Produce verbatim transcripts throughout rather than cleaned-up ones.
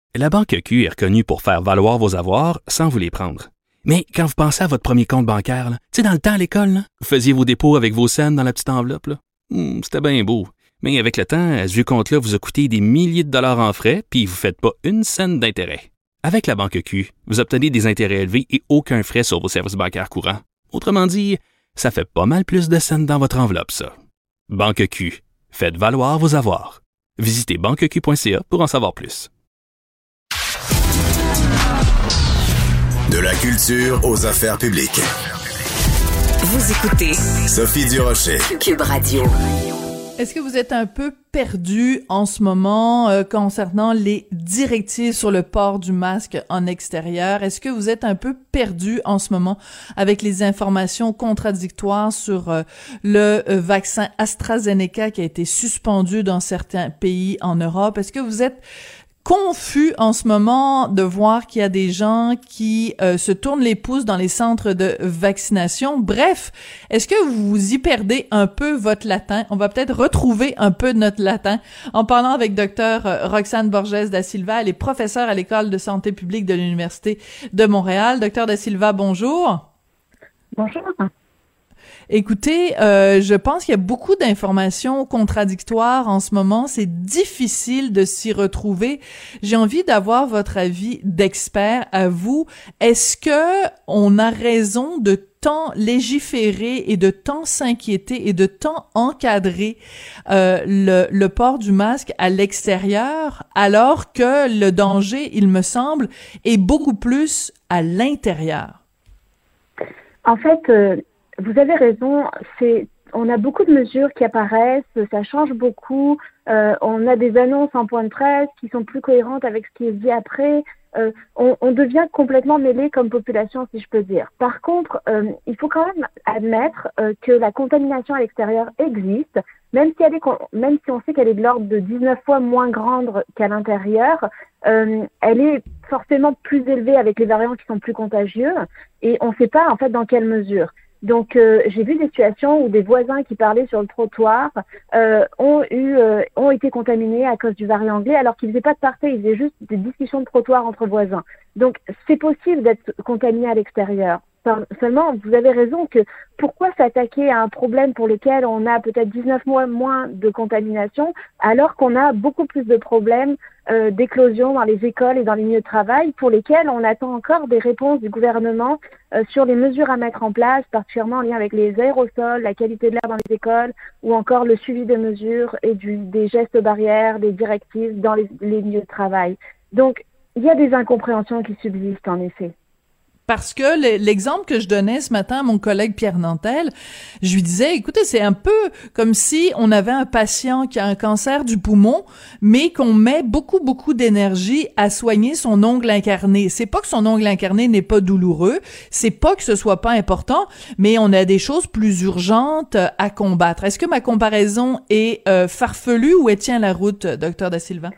La Banque Q est reconnue pour faire valoir vos avoirs sans vous les prendre. Mais quand vous pensez à votre premier compte bancaire, tu sais, dans le temps à l'école, là, vous faisiez vos dépôts avec vos scènes dans la petite enveloppe. Là. Hum, c'était bien beau. Mais avec le temps, ce vieux compte-là vous a coûté des milliers de dollars en frais, puis vous ne faites pas une scène d'intérêt. Avec la Banque Q, vous obtenez des intérêts élevés et aucun frais sur vos services bancaires courants. Autrement dit, ça fait pas mal plus de scènes dans votre enveloppe, ça. Banque Q. Faites valoir vos avoirs. Visitez banque q point c a pour en savoir plus. De la culture aux affaires publiques. Vous écoutez Sophie Durocher. Cube Radio. Est-ce que vous êtes un peu perdu en ce moment euh, concernant les directives sur le port du masque en extérieur? Est-ce que vous êtes un peu perdu en ce moment avec les informations contradictoires sur euh, le euh, vaccin AstraZeneca qui a été suspendu dans certains pays en Europe? Est-ce que vous êtes confus en ce moment de voir qu'il y a des gens qui euh, se tournent les pouces dans les centres de vaccination? Bref, est-ce que vous y perdez un peu votre latin? On va peut-être retrouver un peu de notre latin en parlant avec Dr Roxane Borges da Silva. Elle est professeure à l'École de santé publique de l'Université de Montréal. Docteur da Silva, bonjour. Bonjour. Écoutez, euh, je pense qu'il y a beaucoup d'informations contradictoires en ce moment. C'est difficile de s'y retrouver. J'ai envie d'avoir votre avis d'expert à vous. Est-ce que on a raison de tant légiférer et de tant s'inquiéter et de tant encadrer euh, le, le port du masque à l'extérieur, alors que le danger, il me semble, est beaucoup plus à l'intérieur? En fait, euh, vous avez raison. C'est, on a beaucoup de mesures qui apparaissent, ça change beaucoup. Euh, on a des annonces en point de presse qui sont plus cohérentes avec ce qui est dit après. Euh, on, on devient complètement mêlé comme population, si je peux dire. Par contre, euh, il faut quand même admettre euh, que la contamination à l'extérieur existe, même si elle est, même si on sait qu'elle est de l'ordre de dix-neuf fois moins grande qu'à l'intérieur. Euh, elle est forcément plus élevée avec les variants qui sont plus contagieux, et on ne sait pas en fait dans quelle mesure. Donc, euh, j'ai vu des situations où des voisins qui parlaient sur le trottoir euh, ont eu, euh, ont été contaminés à cause du variant anglais, alors qu'ils faisaient pas de party, ils faisaient juste des discussions de trottoir entre voisins. Donc, c'est possible d'être contaminé à l'extérieur. Seulement, vous avez raison que pourquoi s'attaquer à un problème pour lequel on a peut-être dix-neuf mois moins de contamination, alors qu'on a beaucoup plus de problèmes euh, d'éclosion dans les écoles et dans les milieux de travail, pour lesquels on attend encore des réponses du gouvernement euh, sur les mesures à mettre en place, particulièrement en lien avec les aérosols, la qualité de l'air dans les écoles, ou encore le suivi des mesures et du, des gestes barrières, des directives dans les, les milieux de travail. Donc, il y a des incompréhensions qui subsistent en effet. Parce que l'exemple que je donnais ce matin à mon collègue Pierre Nantel, je lui disais, écoutez, c'est un peu comme si on avait un patient qui a un cancer du poumon, mais qu'on met beaucoup, beaucoup d'énergie à soigner son ongle incarné. C'est pas que son ongle incarné n'est pas douloureux, c'est pas que ce soit pas important, mais on a des choses plus urgentes à combattre. Est-ce que ma comparaison est euh, farfelue ou elle tient la route, docteur da Silva?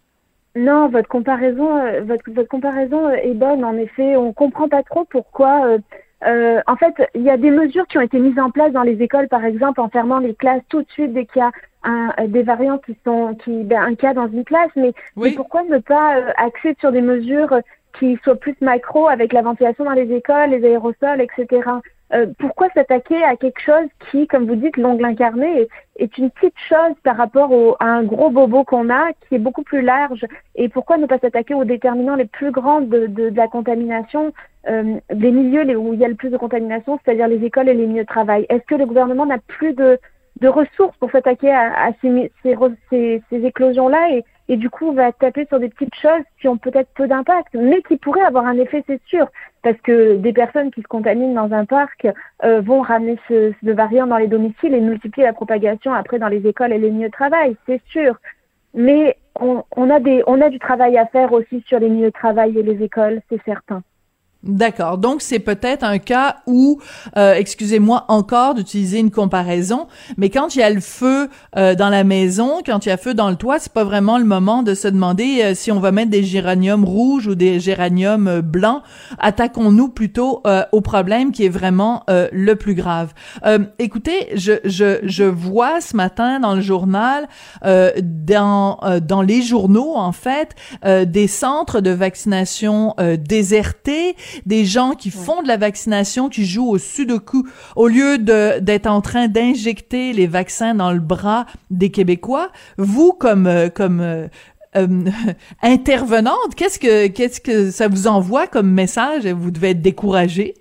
Non, votre comparaison, euh, votre, votre comparaison est bonne. En effet, on comprend pas trop pourquoi. Euh, euh, en fait, il y a des mesures qui ont été mises en place dans les écoles, par exemple, en fermant les classes tout de suite dès qu'il y a un, des variants qui sont, qui, ben, un cas dans une classe. Mais, oui. mais pourquoi ne pas euh, axer sur des mesures qui soient plus macro avec la ventilation dans les écoles, les aérosols, et cetera. Euh, pourquoi s'attaquer à quelque chose qui, comme vous dites, l'ongle incarné, est, est une petite chose par rapport au, à un gros bobo qu'on a, qui est beaucoup plus large, et pourquoi ne pas s'attaquer aux déterminants les plus grands de, de, de la contamination, euh, des milieux les, où il y a le plus de contamination, c'est-à-dire les écoles et les milieux de travail? Est-ce que le gouvernement n'a plus de, de ressources pour s'attaquer à, à ces, ces, ces, ces éclosions-là et, et du coup, on va taper sur des petites choses qui ont peut-être peu d'impact, mais qui pourraient avoir un effet, c'est sûr, parce que des personnes qui se contaminent dans un parc euh, vont ramener ce, ce variant dans les domiciles et multiplier la propagation après dans les écoles et les milieux de travail, c'est sûr. Mais on, on a des, on a du travail à faire aussi sur les milieux de travail et les écoles, c'est certain. D'accord. Donc, c'est peut-être un cas où, euh, excusez-moi encore d'utiliser une comparaison, mais quand il y a le feu euh, dans la maison, quand il y a feu dans le toit, c'est pas vraiment le moment de se demander euh, si on va mettre des géraniums rouges ou des géraniums euh, blancs. Attaquons-nous plutôt euh, au problème qui est vraiment euh, le plus grave. Euh, écoutez, je, je, je vois ce matin dans le journal, euh, dans, euh, dans les journaux, en fait, euh, des centres de vaccination euh, désertés, des gens qui font de la vaccination, qui jouent au sudoku, au lieu de d'être en train d'injecter les vaccins dans le bras des Québécois. Vous, comme euh, comme euh, euh, intervenante, qu'est-ce que qu'est-ce que ça vous envoie comme message? Vous devez être découragée.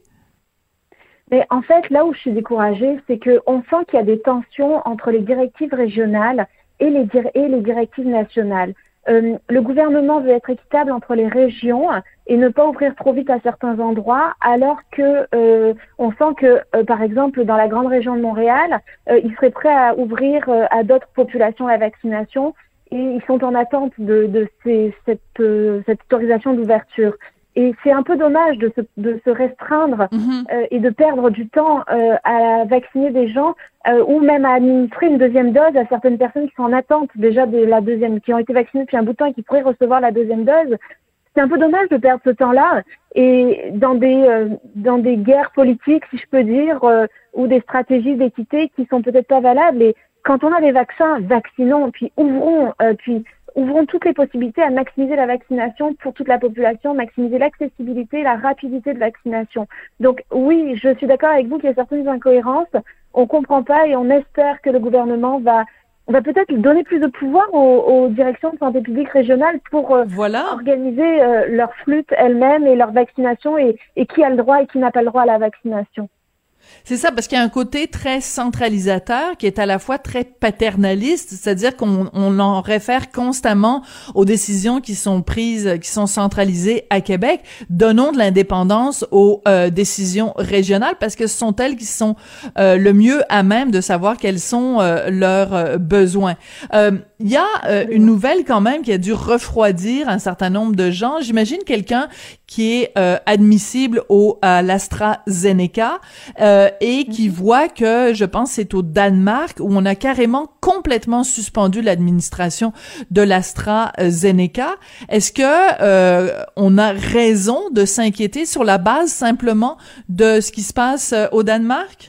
Mais en fait, là où je suis découragée, c'est qu'on sent qu'il y a des tensions entre les directives régionales et les, dir- et les directives nationales. Euh, le gouvernement veut être équitable entre les régions et ne pas ouvrir trop vite à certains endroits, alors que euh, on sent que, euh, par exemple, dans la grande région de Montréal, euh, ils seraient prêts à ouvrir euh, à d'autres populations la vaccination et ils sont en attente de, de ces, cette, euh, cette autorisation d'ouverture. Et c'est un peu dommage de se, de se restreindre mmh. euh, et de perdre du temps euh, à vacciner des gens euh, ou même à administrer une deuxième dose à certaines personnes qui sont en attente déjà de la deuxième, qui ont été vaccinées depuis un bout de temps et qui pourraient recevoir la deuxième dose. C'est un peu dommage de perdre ce temps-là et dans des euh, dans des guerres politiques, si je peux dire, euh, ou des stratégies d'équité qui sont peut-être pas valables. Et quand on a des vaccins, vaccinons, puis ouvrons, euh, puis ouvrons toutes les possibilités à maximiser la vaccination pour toute la population, maximiser l'accessibilité, la rapidité de vaccination. Donc oui, je suis d'accord avec vous qu'il y a certaines incohérences, on comprend pas et on espère que le gouvernement va va peut-être donner plus de pouvoir aux, aux directions de santé publique régionales pour euh, voilà. organiser euh, leur flûte elles-mêmes et leur vaccination et, et qui a le droit et qui n'a pas le droit à la vaccination. C'est ça, parce qu'il y a un côté très centralisateur qui est à la fois très paternaliste, c'est-à-dire qu'on on en réfère constamment aux décisions qui sont prises, qui sont centralisées à Québec. Donnons de l'indépendance aux euh, décisions régionales parce que ce sont elles qui sont euh, le mieux à même de savoir quels sont euh, leurs euh, besoins. Euh, il y a euh, une nouvelle quand même qui a dû refroidir un certain nombre de gens. J'imagine quelqu'un qui est euh, admissible au à l'AstraZeneca euh, et qui voit que, je pense, c'est au Danemark où on a carrément complètement suspendu l'administration de l'AstraZeneca. Est-ce que euh, on a raison de s'inquiéter sur la base simplement de ce qui se passe euh, au Danemark?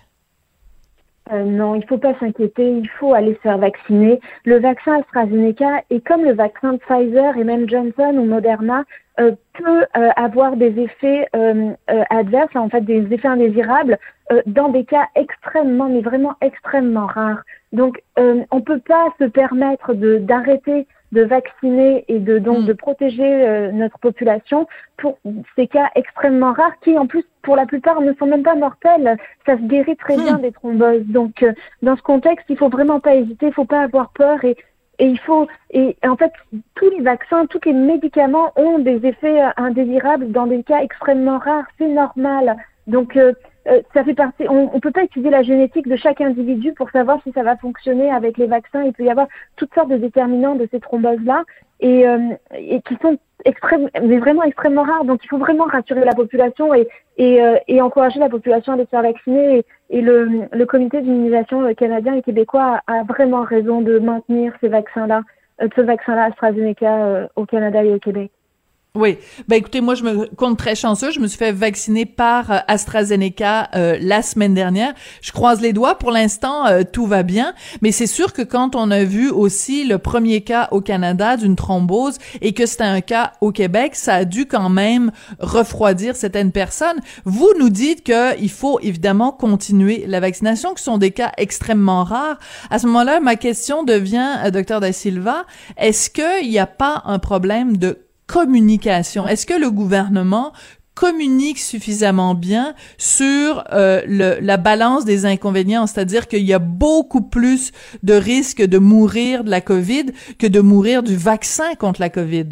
Euh, non, il faut pas s'inquiéter, il faut aller se faire vacciner. Le vaccin AstraZeneca est comme le vaccin de Pfizer et même Johnson ou Moderna euh, peut euh, avoir des effets euh, euh, adverses, en fait des effets indésirables euh, dans des cas extrêmement, mais vraiment extrêmement rares. Donc, euh, on peut pas se permettre de d'arrêter de vacciner et de donc de protéger euh, notre population pour ces cas extrêmement rares qui en plus pour la plupart ne sont même pas mortels, ça se guérit très bien des thromboses. Donc euh, dans ce contexte, il faut vraiment pas hésiter, il faut pas avoir peur et et il faut et, et en fait tous les vaccins, tous les médicaments ont des effets euh, indésirables dans des cas extrêmement rares, c'est normal. Donc euh, Euh, ça fait partie. On, on peut pas étudier la génétique de chaque individu pour savoir si ça va fonctionner avec les vaccins. Il peut y avoir toutes sortes de déterminants de ces thromboses-là et, euh, et qui sont extrêmes, mais vraiment extrêmement rares. Donc il faut vraiment rassurer la population et et, euh, et encourager la population à aller se faire vacciner. Et, et le, le comité d'immunisation canadien et québécois a, a vraiment raison de maintenir ces vaccins-là, euh, ce vaccin-là AstraZeneca euh, au Canada et au Québec. Oui. Ben écoutez, moi je me compte très chanceux. Je me suis fait vacciner par euh, AstraZeneca euh, la semaine dernière. Je croise les doigts. Pour l'instant, euh, tout va bien. Mais c'est sûr que quand on a vu aussi le premier cas au Canada d'une thrombose et que c'était un cas au Québec, ça a dû quand même refroidir certaines personnes. Vous nous dites que il faut évidemment continuer la vaccination, que ce sont des cas extrêmement rares. À ce moment-là, ma question devient, euh, docteur Da Silva, est-ce qu'il n'y a pas un problème de communication? Est-ce que le gouvernement communique suffisamment bien sur euh, le, la balance des inconvénients, c'est-à-dire qu'il y a beaucoup plus de risques de mourir de la COVID que de mourir du vaccin contre la COVID?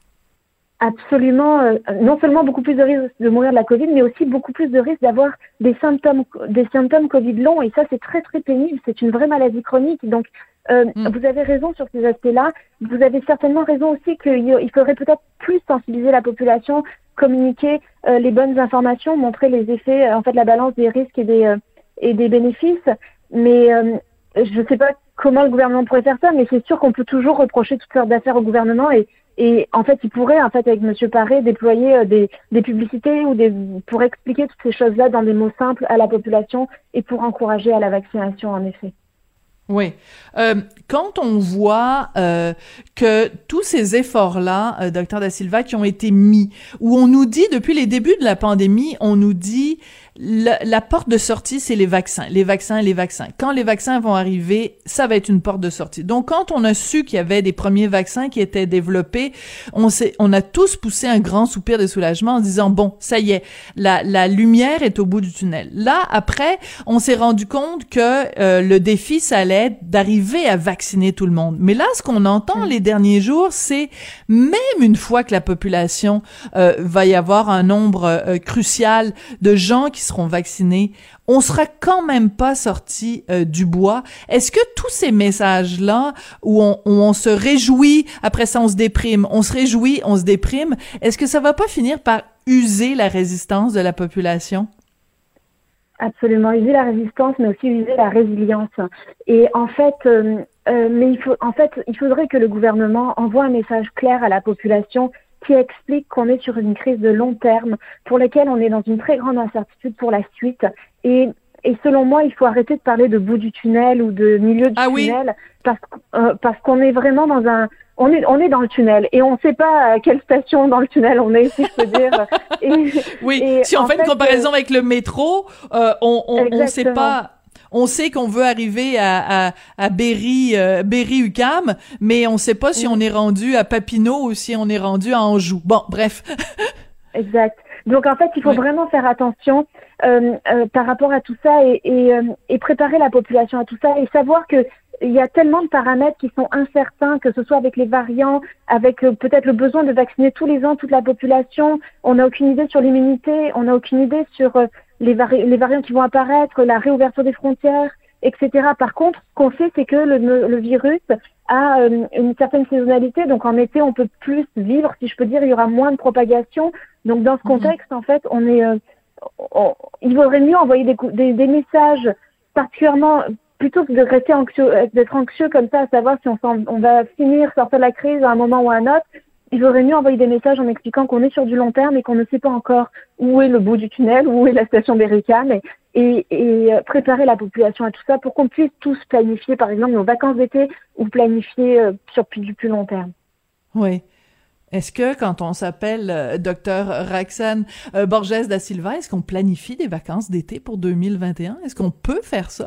Absolument, euh, non seulement beaucoup plus de risques de mourir de la COVID, mais aussi beaucoup plus de risques d'avoir des symptômes, des symptômes COVID longs, et ça c'est très très pénible, c'est une vraie maladie chronique, donc Euh, Mm. Vous avez raison sur ces aspects-là. Vous avez certainement raison aussi qu'il il faudrait peut-être plus sensibiliser la population, communiquer euh, les bonnes informations, montrer les effets, euh, en fait, la balance des risques et des, euh, et des bénéfices. Mais euh, je ne sais pas comment le gouvernement pourrait faire ça, mais c'est sûr qu'on peut toujours reprocher toutes sortes d'affaires au gouvernement et Et en fait, il pourrait, en fait, avec Monsieur Paré, déployer euh, des, des publicités ou des, pour expliquer toutes ces choses-là dans des mots simples à la population et pour encourager à la vaccination, en effet. Oui. Euh, quand on voit euh, que tous ces efforts-là, euh, docteur Da Silva, qui ont été mis, où on nous dit, depuis les débuts de la pandémie, on nous dit la, la porte de sortie, c'est les vaccins, les vaccins, les vaccins. Quand les vaccins vont arriver, ça va être une porte de sortie. Donc, quand on a su qu'il y avait des premiers vaccins qui étaient développés, on s'est, on a tous poussé un grand soupir de soulagement en disant, bon, ça y est, la, la lumière est au bout du tunnel. Là, après, on s'est rendu compte que euh, le défi, ça allait être d'arriver à vacciner tout le monde. Mais là, ce qu'on entend les derniers jours, c'est même une fois que la population euh, va y avoir un nombre euh, crucial de gens qui seront vaccinés, on sera quand même pas sorti euh, du bois. Est-ce que tous ces messages-là, où on, où on se réjouit, après ça on se déprime, on se réjouit, on se déprime, est-ce que ça va pas finir par user la résistance de la population? Absolument, user la résistance, mais aussi user la résilience. Et en fait, euh, euh, mais il faut, en fait, il faudrait que le gouvernement envoie un message clair à la population qui explique qu'on est sur une crise de long terme, pour laquelle on est dans une très grande incertitude pour la suite. Et, et selon moi, il faut arrêter de parler de bout du tunnel ou de milieu du ah tunnel, oui? parce, euh, parce qu'on est vraiment dans un... On est, on est dans le tunnel et on ne sait pas à quelle station dans le tunnel on est, si je peux dire. Et, oui, et si on fait, fait une comparaison euh, avec le métro, euh, on on, on sait pas... On sait qu'on veut arriver à, à, à Berry, euh, Berry-UQAM, mais on sait pas si on est rendu à Papineau ou si on est rendu à Anjou. Bon, bref. Exact. Donc, en fait, il faut oui. vraiment faire attention euh, euh, par rapport à tout ça et, et, euh, et préparer la population à tout ça et savoir que il y a tellement de paramètres qui sont incertains, que ce soit avec les variants, avec euh, peut-être le besoin de vacciner tous les ans toute la population. On n'a aucune idée sur l'immunité, on n'a aucune idée sur euh, les, vari- les variants qui vont apparaître, la réouverture des frontières, et cetera. Par contre, ce qu'on sait, c'est que le, le virus a euh, une certaine saisonnalité. Donc, en été, on peut plus vivre, si je peux dire, il y aura moins de propagation. Donc, dans ce contexte, mmh. en fait, on est, euh, on, il vaudrait mieux envoyer des, des, des messages particulièrement... plutôt que de rester anxieux, d'être anxieux comme ça, à savoir si on, on va finir, sortir de la crise à un moment ou à un autre, il vaudrait mieux envoyer des messages en expliquant qu'on est sur du long terme et qu'on ne sait pas encore où est le bout du tunnel, où est la station Berry-UQAM et, et, et préparer la population à tout ça pour qu'on puisse tous planifier, par exemple, nos vacances d'été ou planifier euh, sur du plus long terme. Oui. Est-ce que quand on s'appelle euh, docteur Roxane euh, Borges Da Silva, est-ce qu'on planifie des vacances d'été pour deux mille vingt et un? Est-ce qu'on peut faire ça?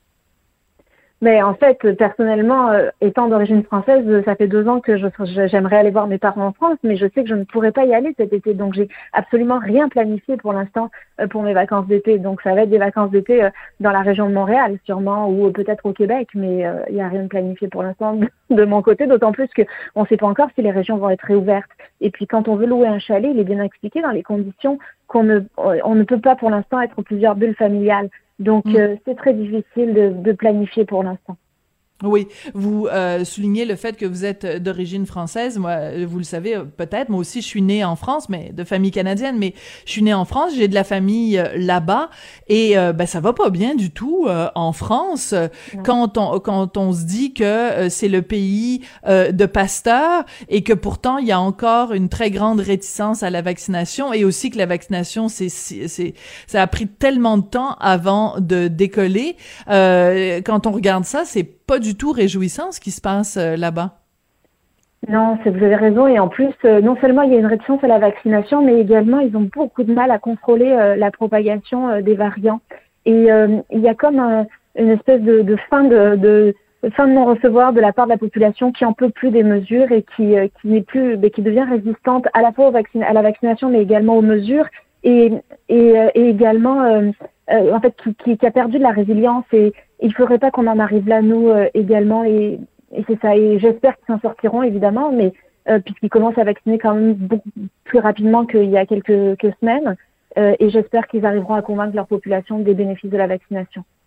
Mais en fait, personnellement, euh, étant d'origine française, ça fait deux ans que je, je, j'aimerais aller voir mes parents en France, mais je sais que je ne pourrais pas y aller cet été. Donc, j'ai absolument rien planifié pour l'instant euh, pour mes vacances d'été. Donc, ça va être des vacances d'été euh, dans la région de Montréal, sûrement, ou euh, peut-être au Québec, mais il euh, n'y a rien de planifié pour l'instant de, de mon côté, d'autant plus qu'on ne sait pas encore si les régions vont être réouvertes. Et puis, quand on veut louer un chalet, il est bien expliqué dans les conditions qu'on ne, on ne peut pas pour l'instant être plusieurs bulles familiales. Donc, mmh. euh, c'est très difficile de, de planifier pour l'instant. Oui, vous euh, soulignez le fait que vous êtes d'origine française. Moi, vous le savez peut-être, moi aussi je suis née en France, mais de famille canadienne, mais je suis née en France, j'ai de la famille euh, là-bas et euh, ben ça va pas bien du tout euh, en France. Non. Quand on quand on se dit que euh, c'est le pays euh, de Pasteur et que pourtant il y a encore une très grande réticence à la vaccination et aussi que la vaccination c'est c'est ça a pris tellement de temps avant de décoller. Euh, quand on regarde ça, c'est pas du tout réjouissant ce qui se passe euh, là-bas. Non, c'est, vous avez raison. Et en plus, euh, non seulement il y a une réticence à la vaccination, mais également ils ont beaucoup de mal à contrôler euh, la propagation euh, des variants. Et euh, il y a comme un, une espèce de, de fin de, de fin de non-recevoir de la part de la population qui en peut plus des mesures et qui euh, qui n'est plus, mais qui devient résistante à la fois aux vaccin- à la vaccination, mais également aux mesures et et, euh, et également euh, euh, en fait qui, qui, qui a perdu de la résilience. Et il faudrait pas qu'on en arrive là, nous, euh, également, et, et c'est ça. Et j'espère qu'ils s'en sortiront, évidemment, mais euh, puisqu'ils commencent à vacciner quand même beaucoup plus rapidement qu'il y a quelques, quelques semaines, euh, et j'espère qu'ils arriveront à convaincre leur population des bénéfices de la vaccination.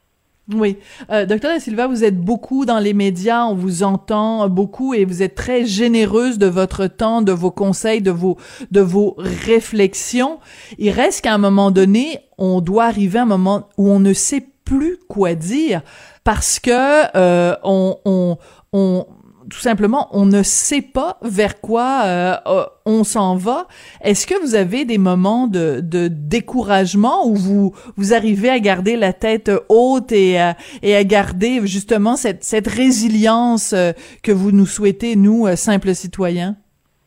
Oui. Euh, Docteur Da Silva, vous êtes beaucoup dans les médias, on vous entend beaucoup et vous êtes très généreuse de votre temps, de vos conseils, de vos, de vos réflexions. Il reste qu'à un moment donné, on doit arriver à un moment où on ne sait plus quoi dire parce que euh, on, on, on tout simplement, on ne sait pas vers quoi euh, on s'en va. Est-ce que vous avez des moments de, de découragement où vous vous arrivez à garder la tête haute et à, et à garder justement cette, cette résilience que vous nous souhaitez, nous, simples citoyens?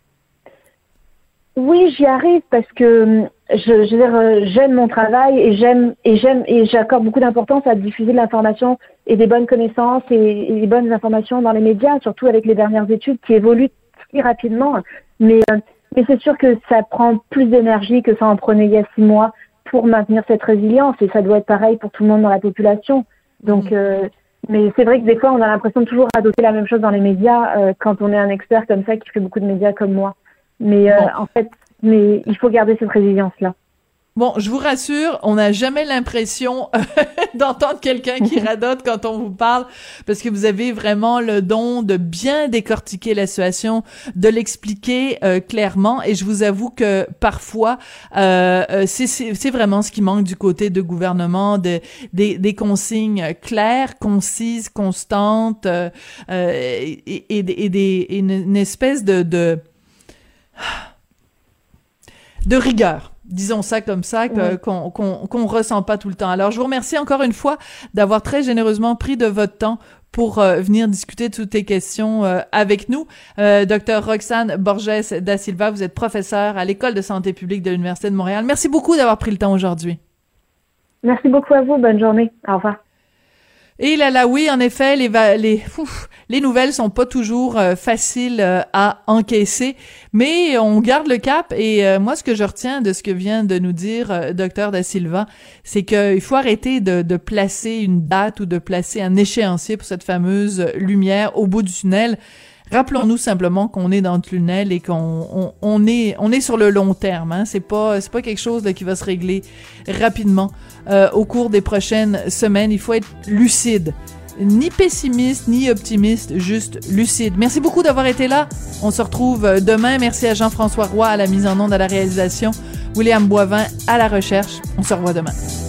Oui, j'y arrive parce que je, je veux dire, j'aime mon travail et j'aime et j'aime et j'accorde beaucoup d'importance à diffuser de l'information et des bonnes connaissances et, et des bonnes informations dans les médias, surtout avec les dernières études qui évoluent très rapidement. Mais mais c'est sûr que ça prend plus d'énergie que ça en prenait il y a six mois pour maintenir cette résilience et ça doit être pareil pour tout le monde dans la population. Donc, mmh. euh, mais c'est vrai que des fois on a l'impression de toujours adopter la même chose dans les médias euh, quand on est un expert comme ça qui fait beaucoup de médias comme moi. Mais euh, bon. en fait, mais il faut garder cette résilience-là. Bon, je vous rassure, on n'a jamais l'impression d'entendre quelqu'un qui radote quand on vous parle, parce que vous avez vraiment le don de bien décortiquer la situation, de l'expliquer euh, clairement. Et je vous avoue que parfois, euh, c'est, c'est, c'est vraiment ce qui manque du côté du gouvernement, de, des, des consignes claires, concises, constantes, euh, et, et, et, et, des, et une, une espèce de... de de rigueur, disons ça comme ça, que, oui. qu'on, qu'on, qu'on ressent pas tout le temps. Alors, je vous remercie encore une fois d'avoir très généreusement pris de votre temps pour euh, venir discuter de toutes les questions euh, avec nous. Euh, Docteur Roxane Borges Da Silva, vous êtes professeure à l'École de santé publique de l'Université de Montréal. Merci beaucoup d'avoir pris le temps aujourd'hui. Merci beaucoup à vous. Bonne journée. Au revoir. Et là, là, oui, en effet, les va- les ouf, les nouvelles sont pas toujours euh, faciles euh, à encaisser, mais on garde le cap. Et euh, moi, ce que je retiens de ce que vient de nous dire euh, Docteur Da Silva, c'est qu'il faut arrêter de, de placer une date ou de placer un échéancier pour cette fameuse lumière au bout du tunnel. Rappelons-nous simplement qu'on est dans le tunnel et qu'on on, on est on est sur le long terme. Hein. C'est pas c'est pas quelque chose là, qui va se régler rapidement euh, au cours des prochaines semaines. Il faut être lucide, ni pessimiste ni optimiste, juste lucide. Merci beaucoup d'avoir été là. On se retrouve demain. Merci à Jean-François Roy à la mise en onde, à la réalisation, William Boivin à la recherche. On se revoit demain.